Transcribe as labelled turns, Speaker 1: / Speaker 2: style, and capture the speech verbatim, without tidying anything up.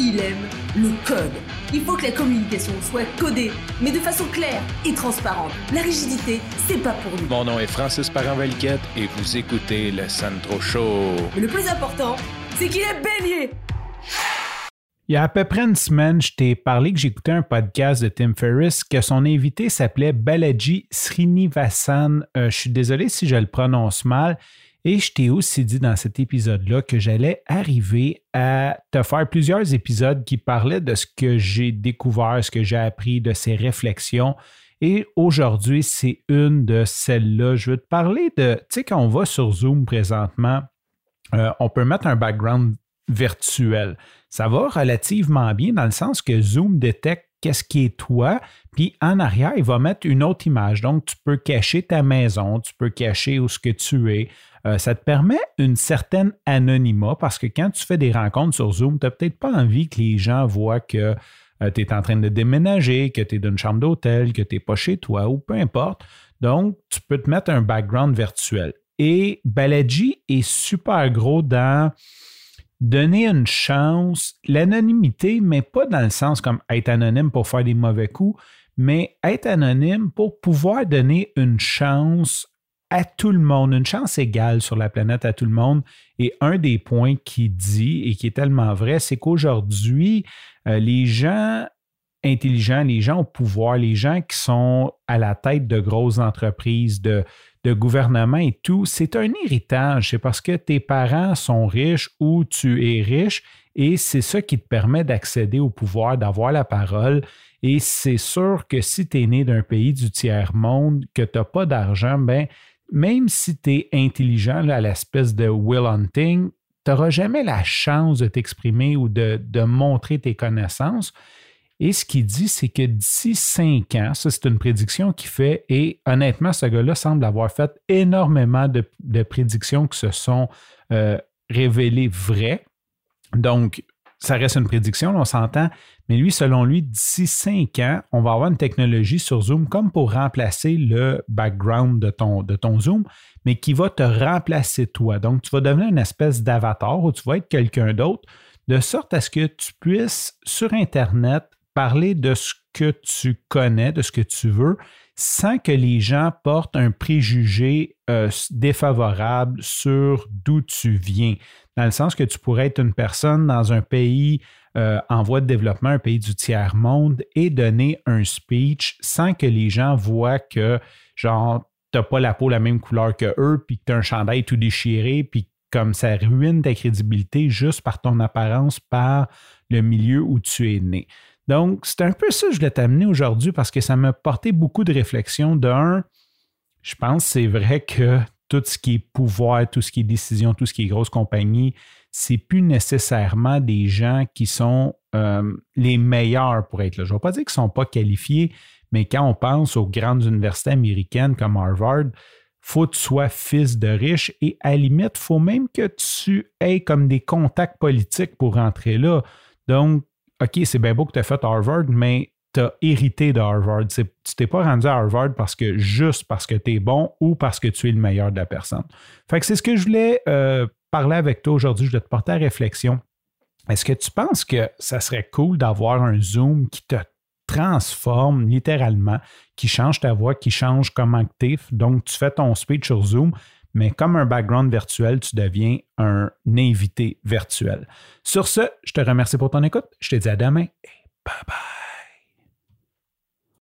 Speaker 1: il aime le code. Il faut que la communication soit codée, mais de façon claire et transparente. La rigidité, c'est pas pour nous.
Speaker 2: Mon nom est Francis Parent-Valquette et vous écoutez le Sandro Show.
Speaker 1: Mais le plus important, c'est qu'il est bélier.
Speaker 3: Il y a à peu près une semaine, je t'ai parlé que j'écoutais un podcast de Tim Ferriss, que son invité s'appelait Balaji Srinivasan. Euh, je suis désolé si je le prononce mal. Et je t'ai aussi dit dans cet épisode-là que j'allais arriver à te faire plusieurs épisodes qui parlaient de ce que j'ai découvert, ce que j'ai appris, de ces réflexions. Et aujourd'hui, c'est une de celles-là. Je veux te parler de, tu sais, quand on va sur Zoom présentement, euh, on peut mettre un background virtuel. Ça va relativement bien dans le sens que Zoom détecte qu'est-ce qui est toi, puis en arrière, il va mettre une autre image. Donc, tu peux cacher ta maison, tu peux cacher où ce que tu es. Euh, ça te permet une certaine anonymat parce que quand tu fais des rencontres sur Zoom, tu n'as peut-être pas envie que les gens voient que euh, tu es en train de déménager, que tu es d'une chambre d'hôtel, que tu n'es pas chez toi ou peu importe. Donc, tu peux te mettre un background virtuel. Et Balaji est super gros dans donner une chance, l'anonymité, mais pas dans le sens comme être anonyme pour faire des mauvais coups, mais être anonyme pour pouvoir donner une chance à tout le monde, une chance égale sur la planète à tout le monde. Et un des points qu'il dit et qui est tellement vrai, c'est qu'aujourd'hui, euh, les gens intelligents, les gens au pouvoir, les gens qui sont à la tête de grosses entreprises, de de gouvernement et tout, c'est un héritage. C'est parce que tes parents sont riches ou tu es riche et c'est ça qui te permet d'accéder au pouvoir, d'avoir la parole. Et c'est sûr que si tu es né d'un pays du tiers-monde, que tu n'as pas d'argent, ben, même si tu es intelligent là, à l'espèce de Will Hunting, tu n'auras jamais la chance de t'exprimer ou de, de montrer tes connaissances. Et ce qu'il dit, c'est que d'ici cinq ans, ça c'est une prédiction qu'il fait, et honnêtement, ce gars-là semble avoir fait énormément de, de prédictions qui se sont euh, révélées vraies. Donc, ça reste une prédiction, on s'entend, mais lui, selon lui, d'ici cinq ans, on va avoir une technologie sur Zoom comme pour remplacer le background de ton, de ton Zoom, mais qui va te remplacer toi. Donc, tu vas devenir une espèce d'avatar où tu vas être quelqu'un d'autre, de sorte à ce que tu puisses, sur Internet, parler de ce que tu connais, de ce que tu veux, sans que les gens portent un préjugé euh, défavorable sur d'où tu viens. Dans le sens que tu pourrais être une personne dans un pays euh, en voie de développement, un pays du tiers-monde, et donner un speech sans que les gens voient que, genre, tu n'as pas la peau la même couleur que eux, puis que tu as un chandail tout déchiré, puis comme ça ruine ta crédibilité juste par ton apparence, par le milieu où tu es né. Donc, c'est un peu ça que je voulais t'amener aujourd'hui parce que ça m'a porté beaucoup de réflexion. D'un, je pense que c'est vrai que tout ce qui est pouvoir, tout ce qui est décision, tout ce qui est grosse compagnie, c'est plus nécessairement des gens qui sont euh, les meilleurs pour être là. Je ne vais pas dire qu'ils ne sont pas qualifiés, mais quand on pense aux grandes universités américaines comme Harvard, il faut que tu sois fils de riche et à la limite, il faut même que tu aies comme des contacts politiques pour rentrer là. Donc, OK, c'est bien beau que tu as fait Harvard, mais tu as hérité de Harvard. C'est, tu ne t'es pas rendu à Harvard parce que juste parce que tu es bon ou parce que tu es le meilleur de la personne. Fait que c'est ce que je voulais euh, parler avec toi aujourd'hui. Je voulais te porter à réflexion. Est-ce que tu penses que ça serait cool d'avoir un Zoom qui te transforme littéralement, qui change ta voix, qui change comment tu es? Donc, tu fais ton speech sur Zoom, mais comme un background virtuel, tu deviens un invité virtuel. Sur ce, je te remercie pour ton écoute. Je te dis à demain et bye bye.